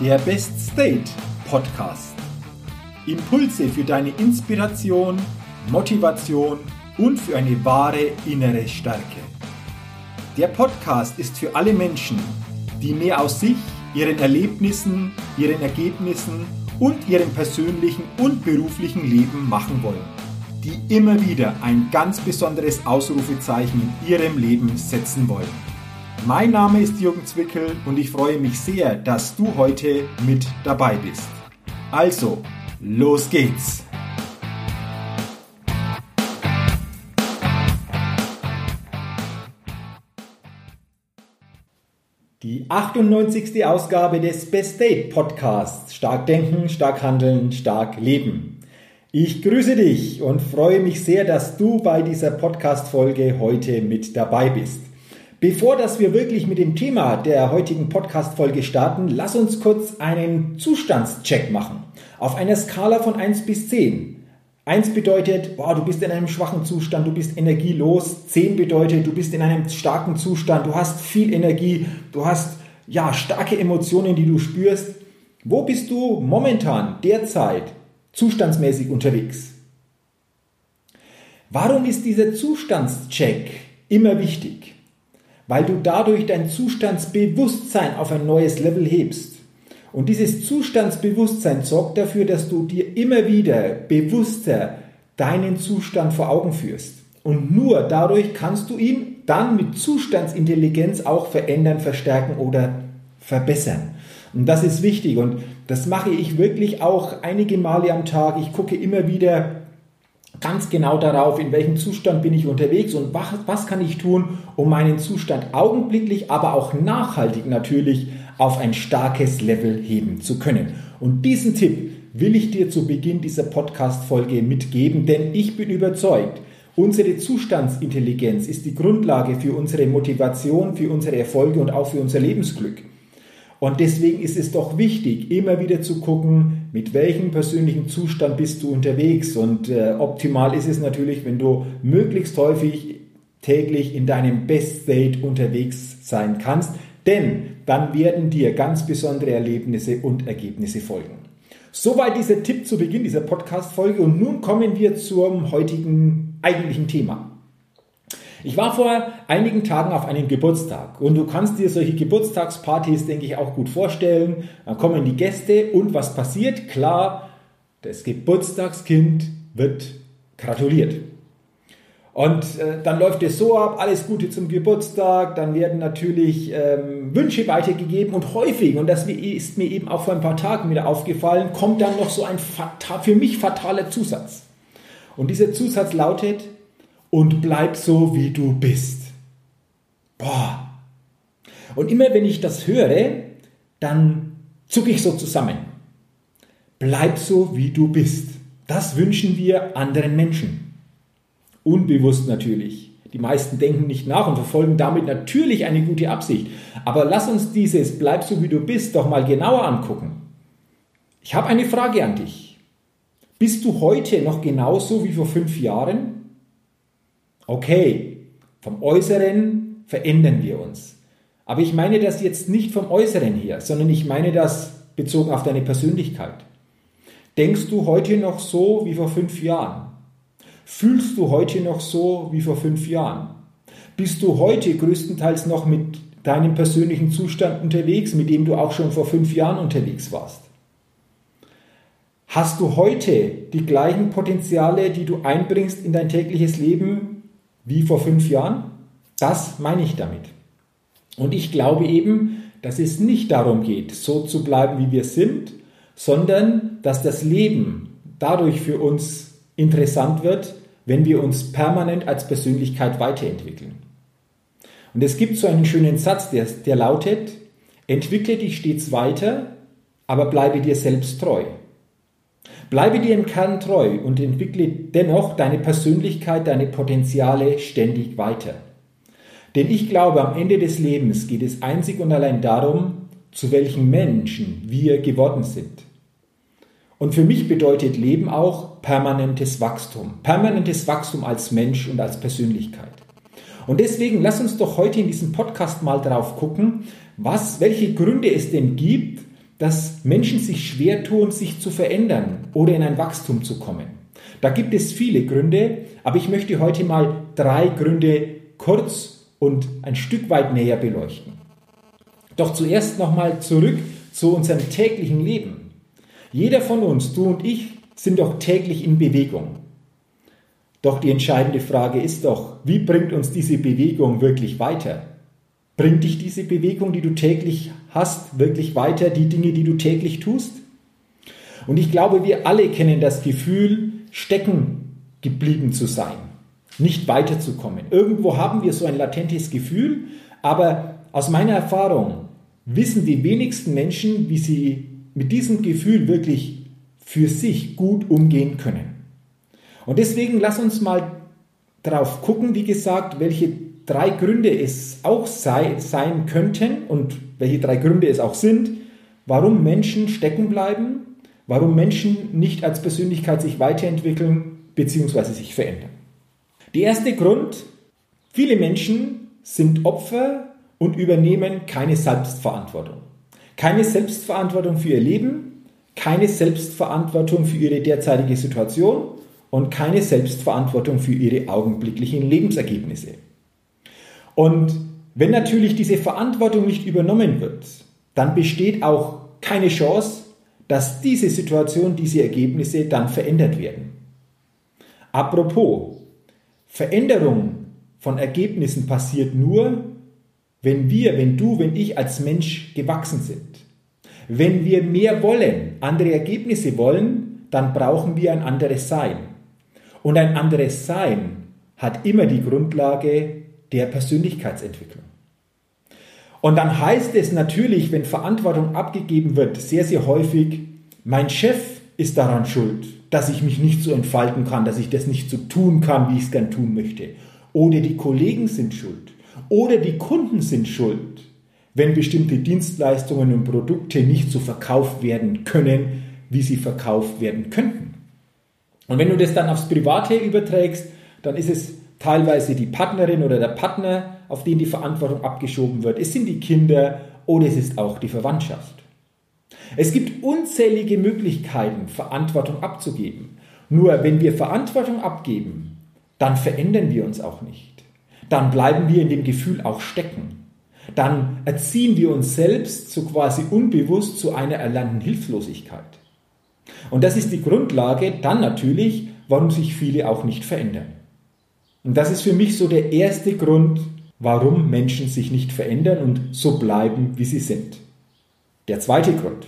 der Best State Podcast. Impulse für deine Inspiration, Motivation und für eine wahre innere Stärke. Der Podcast ist für alle Menschen, die mehr aus sich, ihren Erlebnissen, ihren Ergebnissen und ihrem persönlichen und beruflichen Leben machen wollen, die immer wieder ein ganz besonderes Ausrufezeichen in ihrem Leben setzen wollen. Mein Name ist Jürgen Zwickel und ich freue mich sehr, dass du heute mit dabei bist. Also, los geht's! Die 98. Ausgabe des Best State Podcasts. Stark denken, stark handeln, stark leben. Ich grüße dich und freue mich sehr, dass du bei dieser Podcast-Folge heute mit dabei bist. Bevor wir wirklich mit dem Thema der heutigen Podcast-Folge starten, lass uns kurz einen Zustandscheck machen. Auf einer Skala von 1 bis 10. 1 bedeutet, du bist in einem schwachen Zustand, du bist energielos. 10 bedeutet, du bist in einem starken Zustand, du hast viel Energie, du hast starke Emotionen, die du spürst. Wo bist du momentan, derzeit, zustandsmäßig unterwegs? Warum ist dieser Zustandscheck immer wichtig? Weil du dadurch dein Zustandsbewusstsein auf ein neues Level hebst. Und dieses Zustandsbewusstsein sorgt dafür, dass du dir immer wieder bewusster deinen Zustand vor Augen führst. Und nur dadurch kannst du ihn dann mit Zustandsintelligenz auch verändern, verstärken oder verbessern. Und das ist wichtig und das mache ich wirklich auch einige Male am Tag. Ich gucke immer wieder ganz genau darauf, in welchem Zustand bin ich unterwegs und was kann ich tun, um meinen Zustand augenblicklich, aber auch nachhaltig natürlich auf ein starkes Level heben zu können. Und diesen Tipp will ich dir zu Beginn dieser Podcast-Folge mitgeben, denn ich bin überzeugt, unsere Zustandsintelligenz ist die Grundlage für unsere Motivation, für unsere Erfolge und auch für unser Lebensglück. Und deswegen ist es doch wichtig, immer wieder zu gucken, mit welchem persönlichen Zustand bist du unterwegs. Und optimal ist es natürlich, wenn du möglichst häufig täglich in deinem Best State unterwegs sein kannst, denn dann werden dir ganz besondere Erlebnisse und Ergebnisse folgen. Soweit dieser Tipp zu Beginn dieser Podcast-Folge und nun kommen wir zum heutigen eigentlichen Thema. Ich war vor einigen Tagen auf einem Geburtstag und du kannst dir solche Geburtstagspartys, denke ich, auch gut vorstellen. Dann kommen die Gäste und was passiert? Klar, das Geburtstagskind wird gratuliert. Und dann läuft es so ab, alles Gute zum Geburtstag, dann werden natürlich Wünsche weitergegeben und häufig, und das ist mir eben auch vor ein paar Tagen wieder aufgefallen, kommt dann noch so ein für mich fataler Zusatz. Und dieser Zusatz lautet: Und bleib so, wie du bist. Und immer wenn ich das höre, dann zucke ich so zusammen. Bleib so, wie du bist. Das wünschen wir anderen Menschen. Unbewusst natürlich. Die meisten denken nicht nach und verfolgen damit natürlich eine gute Absicht. Aber lass uns dieses Bleib so, wie du bist doch mal genauer angucken. Ich habe eine Frage an dich. Bist du heute noch genauso wie vor 5 Jahren? Okay, vom Äußeren verändern wir uns. Aber ich meine das jetzt nicht vom Äußeren her, sondern ich meine das bezogen auf deine Persönlichkeit. Denkst du heute noch so wie vor 5 Jahren? Fühlst du heute noch so wie vor 5 Jahren? Bist du heute größtenteils noch mit deinem persönlichen Zustand unterwegs, mit dem du auch schon vor 5 Jahren unterwegs warst? Hast du heute die gleichen Potenziale, die du einbringst in dein tägliches Leben wie vor 5 Jahren? Das meine ich damit. Und ich glaube eben, dass es nicht darum geht, so zu bleiben, wie wir sind, sondern dass das Leben dadurch für uns interessant wird, wenn wir uns permanent als Persönlichkeit weiterentwickeln. Und es gibt so einen schönen Satz, der lautet: Entwickle dich stets weiter, aber bleibe dir selbst treu. Bleibe dir im Kern treu und entwickle dennoch deine Persönlichkeit, deine Potenziale ständig weiter. Denn ich glaube, am Ende des Lebens geht es einzig und allein darum, zu welchen Menschen wir geworden sind. Und für mich bedeutet Leben auch permanentes Wachstum als Mensch und als Persönlichkeit. Und deswegen lass uns doch heute in diesem Podcast mal drauf gucken, welche Gründe es denn gibt, dass Menschen sich schwer tun, sich zu verändern oder in ein Wachstum zu kommen? Da gibt es viele Gründe, aber ich möchte heute mal 3 Gründe kurz und ein Stück weit näher beleuchten. Doch zuerst nochmal zurück zu unserem täglichen Leben. Jeder von uns, du und ich, sind doch täglich in Bewegung. Doch die entscheidende Frage ist doch, wie bringt uns diese Bewegung wirklich weiter? Bringt dich diese Bewegung, die du täglich hast, wirklich weiter, die Dinge, die du täglich tust? Und ich glaube, wir alle kennen das Gefühl, stecken geblieben zu sein, nicht weiterzukommen. Irgendwo haben wir so ein latentes Gefühl, aber aus meiner Erfahrung wissen die wenigsten Menschen, wie sie mit diesem Gefühl wirklich für sich gut umgehen können. Und deswegen lass uns mal drauf gucken, wie gesagt, welche 3 Gründe es auch sein könnten und welche 3 Gründe es auch sind, warum Menschen stecken bleiben, warum Menschen nicht als Persönlichkeit sich weiterentwickeln bzw. sich verändern. Der erste Grund, viele Menschen sind Opfer und übernehmen keine Selbstverantwortung. Keine Selbstverantwortung für ihr Leben, keine Selbstverantwortung für ihre derzeitige Situation und keine Selbstverantwortung für ihre augenblicklichen Lebensergebnisse. Und wenn natürlich diese Verantwortung nicht übernommen wird, dann besteht auch keine Chance, dass diese Situation, diese Ergebnisse dann verändert werden. Apropos, Veränderung von Ergebnissen passiert nur, wenn du, wenn ich als Mensch gewachsen sind. Wenn wir mehr wollen, andere Ergebnisse wollen, dann brauchen wir ein anderes Sein. Und ein anderes Sein hat immer die Grundlage der Persönlichkeitsentwicklung. Und dann heißt es natürlich, wenn Verantwortung abgegeben wird, sehr, sehr häufig, mein Chef ist daran schuld, dass ich mich nicht so entfalten kann, dass ich das nicht so tun kann, wie ich es gern tun möchte. Oder die Kollegen sind schuld. Oder die Kunden sind schuld, wenn bestimmte Dienstleistungen und Produkte nicht so verkauft werden können, wie sie verkauft werden könnten. Und wenn du das dann aufs Private überträgst, dann ist es teilweise die Partnerin oder der Partner, auf den die Verantwortung abgeschoben wird. Es sind die Kinder oder es ist auch die Verwandtschaft. Es gibt unzählige Möglichkeiten, Verantwortung abzugeben. Nur wenn wir Verantwortung abgeben, dann verändern wir uns auch nicht. Dann bleiben wir in dem Gefühl auch stecken. Dann erziehen wir uns selbst so quasi unbewusst zu einer erlernten Hilflosigkeit. Und das ist die Grundlage dann natürlich, warum sich viele auch nicht verändern. Und das ist für mich so der erste Grund, warum Menschen sich nicht verändern und so bleiben, wie sie sind. Der zweite Grund.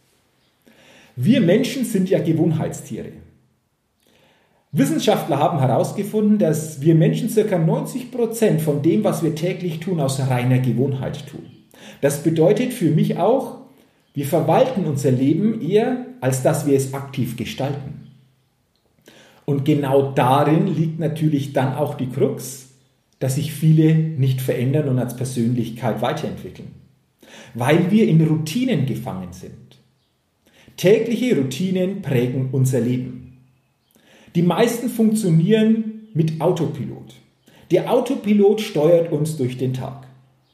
Wir Menschen sind ja Gewohnheitstiere. Wissenschaftler haben herausgefunden, dass wir Menschen ca. 90% von dem, was wir täglich tun, aus reiner Gewohnheit tun. Das bedeutet für mich auch, wir verwalten unser Leben eher, als dass wir es aktiv gestalten. Und genau darin liegt natürlich dann auch die Krux, dass sich viele nicht verändern und als Persönlichkeit weiterentwickeln. Weil wir in Routinen gefangen sind. Tägliche Routinen prägen unser Leben. Die meisten funktionieren mit Autopilot. Der Autopilot steuert uns durch den Tag.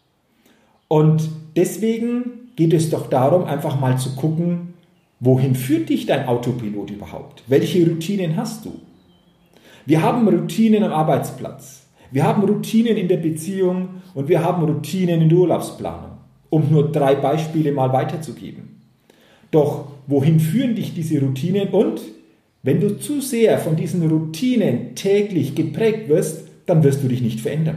Und deswegen geht es doch darum, einfach mal zu gucken, wohin führt dich dein Autopilot überhaupt? Welche Routinen hast du? Wir haben Routinen am Arbeitsplatz. Wir haben Routinen in der Beziehung und wir haben Routinen in der Urlaubsplanung, um nur 3 Beispiele mal weiterzugeben. Doch wohin führen dich diese Routinen? Und wenn du zu sehr von diesen Routinen täglich geprägt wirst, dann wirst du dich nicht verändern.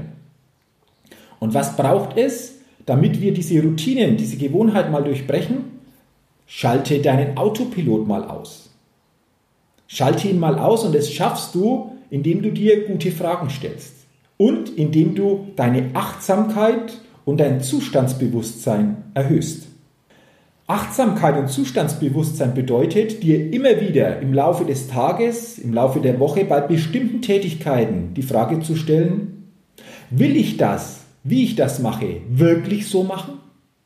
Und was braucht es, damit wir diese Routinen, diese Gewohnheit mal durchbrechen? Schalte deinen Autopilot mal aus. Schalte ihn mal aus und das schaffst du, indem du dir gute Fragen stellst und indem du deine Achtsamkeit und dein Zustandsbewusstsein erhöhst. Achtsamkeit und Zustandsbewusstsein bedeutet, dir immer wieder im Laufe des Tages, im Laufe der Woche bei bestimmten Tätigkeiten die Frage zu stellen, will ich das, wie ich das mache, wirklich so machen?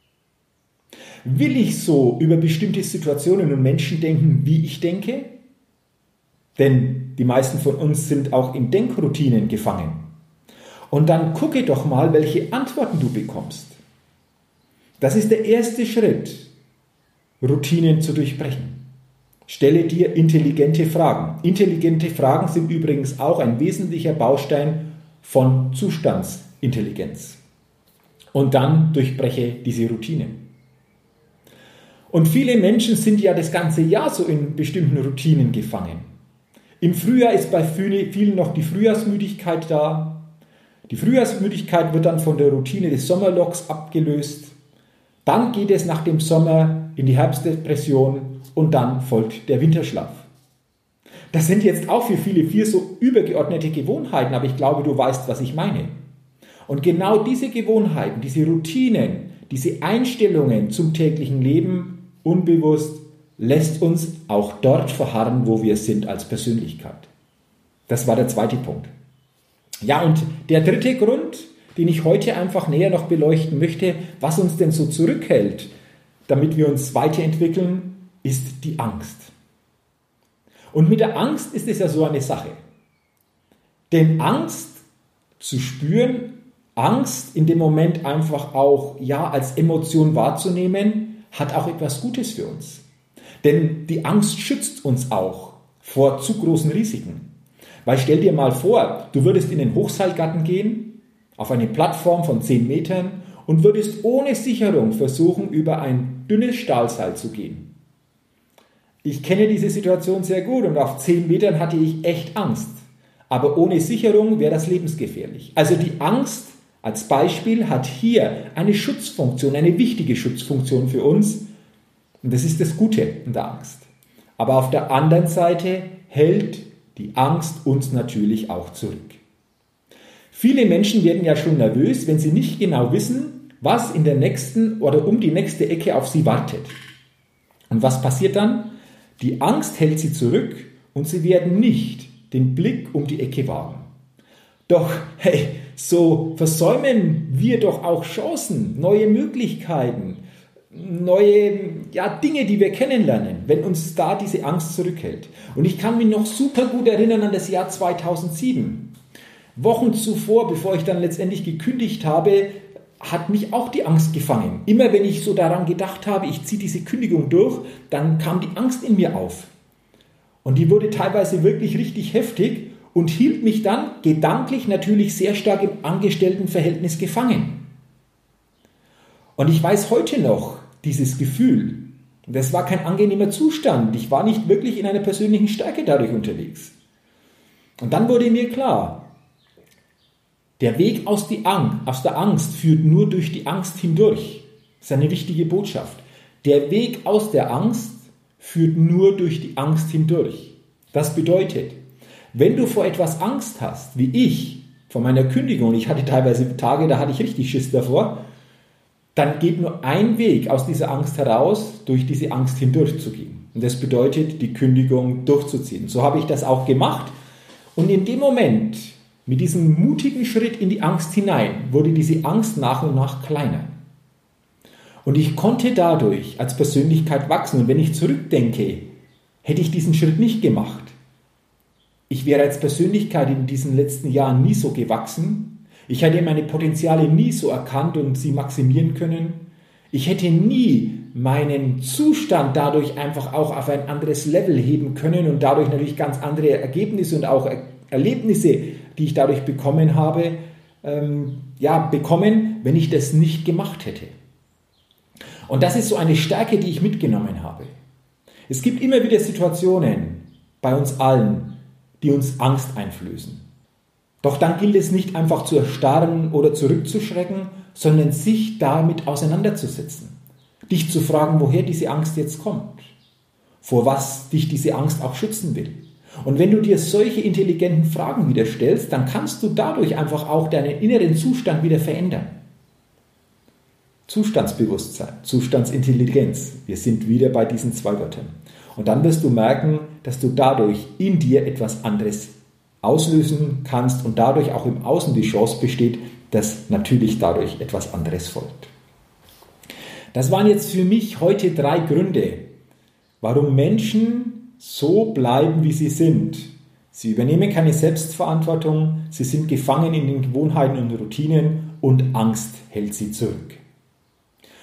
Will ich so über bestimmte Situationen und Menschen denken, wie ich denke? Denn die meisten von uns sind auch in Denkroutinen gefangen. Und dann gucke doch mal, welche Antworten du bekommst. Das ist der erste Schritt. Routinen zu durchbrechen. Stelle dir intelligente Fragen. Intelligente Fragen sind übrigens auch ein wesentlicher Baustein von Zustandsintelligenz. Und dann durchbreche diese Routinen. Und viele Menschen sind ja das ganze Jahr so in bestimmten Routinen gefangen. Im Frühjahr ist bei vielen noch die Frühjahrsmüdigkeit da. Die Frühjahrsmüdigkeit wird dann von der Routine des Sommerlochs abgelöst. Dann geht es nach dem Sommer in die Herbstdepression und dann folgt der Winterschlaf. Das sind jetzt auch für viele 4 so übergeordnete Gewohnheiten, aber ich glaube, du weißt, was ich meine. Und genau diese Gewohnheiten, diese Routinen, diese Einstellungen zum täglichen Leben, unbewusst, lässt uns auch dort verharren, wo wir sind als Persönlichkeit. Das war der zweite Punkt. Ja, und der dritte Grund, den ich heute einfach näher noch beleuchten möchte, was uns denn so zurückhält, damit wir uns weiterentwickeln, ist die Angst. Und mit der Angst ist es ja so eine Sache. Denn Angst zu spüren, Angst in dem Moment einfach auch als Emotion wahrzunehmen, hat auch etwas Gutes für uns. Denn die Angst schützt uns auch vor zu großen Risiken. Weil stell dir mal vor, du würdest in den Hochseilgarten gehen, auf eine Plattform von 10 Metern und würdest ohne Sicherung versuchen, über ein dünnes Stahlseil zu gehen. Ich kenne diese Situation sehr gut und auf 10 Metern hatte ich echt Angst. Aber ohne Sicherung wäre das lebensgefährlich. Also die Angst als Beispiel hat hier eine Schutzfunktion, eine wichtige Schutzfunktion für uns. Und das ist das Gute in der Angst. Aber auf der anderen Seite hält die Angst uns natürlich auch zurück. Viele Menschen werden ja schon nervös, wenn sie nicht genau wissen, was in der nächsten oder um die nächste Ecke auf sie wartet. Und was passiert dann? Die Angst hält sie zurück und sie werden nicht den Blick um die Ecke wagen. Doch, hey, so versäumen wir doch auch Chancen, neue Möglichkeiten, neue Dinge, die wir kennenlernen, wenn uns da diese Angst zurückhält. Und ich kann mich noch super gut erinnern an das Jahr 2007. Wochen zuvor, bevor ich dann letztendlich gekündigt habe, hat mich auch die Angst gefangen. Immer wenn ich so daran gedacht habe, ich ziehe diese Kündigung durch, dann kam die Angst in mir auf. Und die wurde teilweise wirklich richtig heftig und hielt mich dann gedanklich natürlich sehr stark im Angestelltenverhältnis gefangen. Und ich weiß heute noch dieses Gefühl. Das war kein angenehmer Zustand. Ich war nicht wirklich in einer persönlichen Stärke dadurch unterwegs. Und dann wurde mir klar, der Weg aus der Angst führt nur durch die Angst hindurch. Das ist eine wichtige Botschaft. Der Weg aus der Angst führt nur durch die Angst hindurch. Das bedeutet, wenn du vor etwas Angst hast, wie ich, vor meiner Kündigung, ich hatte teilweise Tage, da hatte ich richtig Schiss davor, dann geht nur ein Weg aus dieser Angst heraus, durch diese Angst hindurchzugehen. Und das bedeutet, die Kündigung durchzuziehen. So habe ich das auch gemacht. Und in dem Moment, mit diesem mutigen Schritt in die Angst hinein, wurde diese Angst nach und nach kleiner. Und ich konnte dadurch als Persönlichkeit wachsen. Und wenn ich zurückdenke, hätte ich diesen Schritt nicht gemacht. Ich wäre als Persönlichkeit in diesen letzten Jahren nie so gewachsen. Ich hätte meine Potenziale nie so erkannt und sie maximieren können. Ich hätte nie meinen Zustand dadurch einfach auch auf ein anderes Level heben können und dadurch natürlich ganz andere Ergebnisse und auch Erlebnisse, die ich dadurch bekommen habe, bekommen, wenn ich das nicht gemacht hätte. Und das ist so eine Stärke, die ich mitgenommen habe. Es gibt immer wieder Situationen bei uns allen, die uns Angst einflößen. Doch dann gilt es nicht einfach zu erstarren oder zurückzuschrecken, sondern sich damit auseinanderzusetzen. Dich zu fragen, woher diese Angst jetzt kommt. Vor was dich diese Angst auch schützen will. Und wenn du dir solche intelligenten Fragen wieder stellst, dann kannst du dadurch einfach auch deinen inneren Zustand wieder verändern. Zustandsbewusstsein, Zustandsintelligenz. Wir sind wieder bei diesen 2 Wörtern. Und dann wirst du merken, dass du dadurch in dir etwas anderes auslösen kannst und dadurch auch im Außen die Chance besteht, dass natürlich dadurch etwas anderes folgt. Das waren jetzt für mich heute 3 Gründe, warum Menschen so bleiben, wie sie sind. Sie übernehmen keine Selbstverantwortung, sie sind gefangen in den Gewohnheiten und Routinen und Angst hält sie zurück.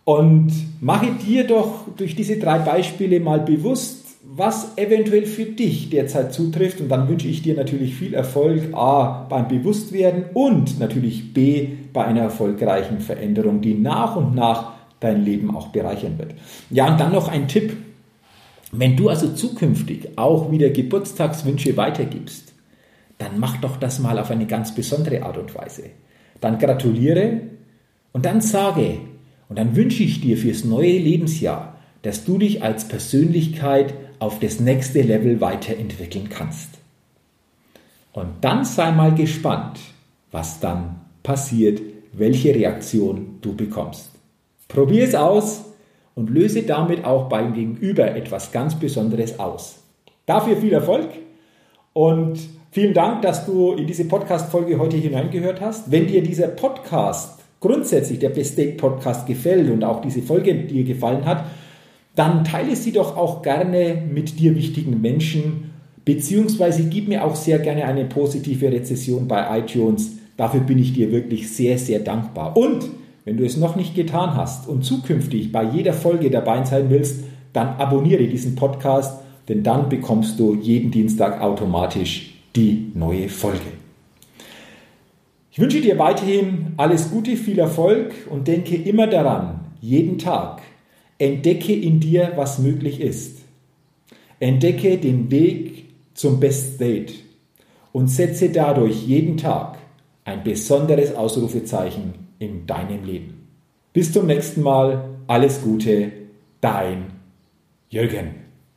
Und mache dir doch durch diese 3 Beispiele mal bewusst, was eventuell für dich derzeit zutrifft. Und dann wünsche ich dir natürlich viel Erfolg, A, beim Bewusstwerden und natürlich B, bei einer erfolgreichen Veränderung, die nach und nach dein Leben auch bereichern wird. Ja, und dann noch ein Tipp. Wenn du also zukünftig auch wieder Geburtstagswünsche weitergibst, dann mach doch das mal auf eine ganz besondere Art und Weise. Dann gratuliere und dann sage, und dann wünsche ich dir fürs neue Lebensjahr, dass du dich als Persönlichkeit auf das nächste Level weiterentwickeln kannst. Und dann sei mal gespannt, was dann passiert, welche Reaktion du bekommst. Probier es aus und löse damit auch beim Gegenüber etwas ganz Besonderes aus. Dafür viel Erfolg und vielen Dank, dass du in diese Podcast-Folge heute hineingehört hast. Wenn dir dieser Podcast, grundsätzlich der Best Date Podcast gefällt und auch diese Folge dir gefallen hat, dann teile sie doch auch gerne mit dir wichtigen Menschen, beziehungsweise gib mir auch sehr gerne eine positive Rezension bei iTunes. Dafür bin ich dir wirklich sehr, sehr dankbar. Und wenn du es noch nicht getan hast und zukünftig bei jeder Folge dabei sein willst, dann abonniere diesen Podcast, denn dann bekommst du jeden Dienstag automatisch die neue Folge. Ich wünsche dir weiterhin alles Gute, viel Erfolg und denke immer daran, jeden Tag entdecke in dir, was möglich ist. Entdecke den Weg zum Best Date und setze dadurch jeden Tag ein besonderes Ausrufezeichen in deinem Leben. Bis zum nächsten Mal. Alles Gute, dein Jürgen.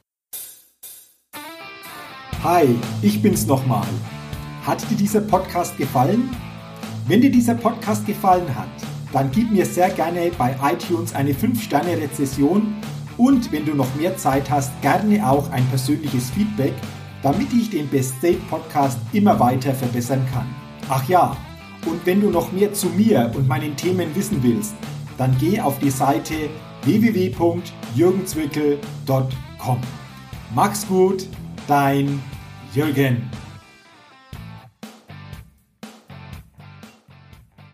Hi, ich bin's nochmal. Hat dir dieser Podcast gefallen? Wenn dir dieser Podcast gefallen hat, dann gib mir sehr gerne bei iTunes eine 5-Sterne-Rezession und wenn du noch mehr Zeit hast, gerne auch ein persönliches Feedback, damit ich den Best Date Podcast immer weiter verbessern kann. Ach ja, und wenn du noch mehr zu mir und meinen Themen wissen willst, dann geh auf die Seite www.jürgenzwickel.com. Mach's gut, dein Jürgen.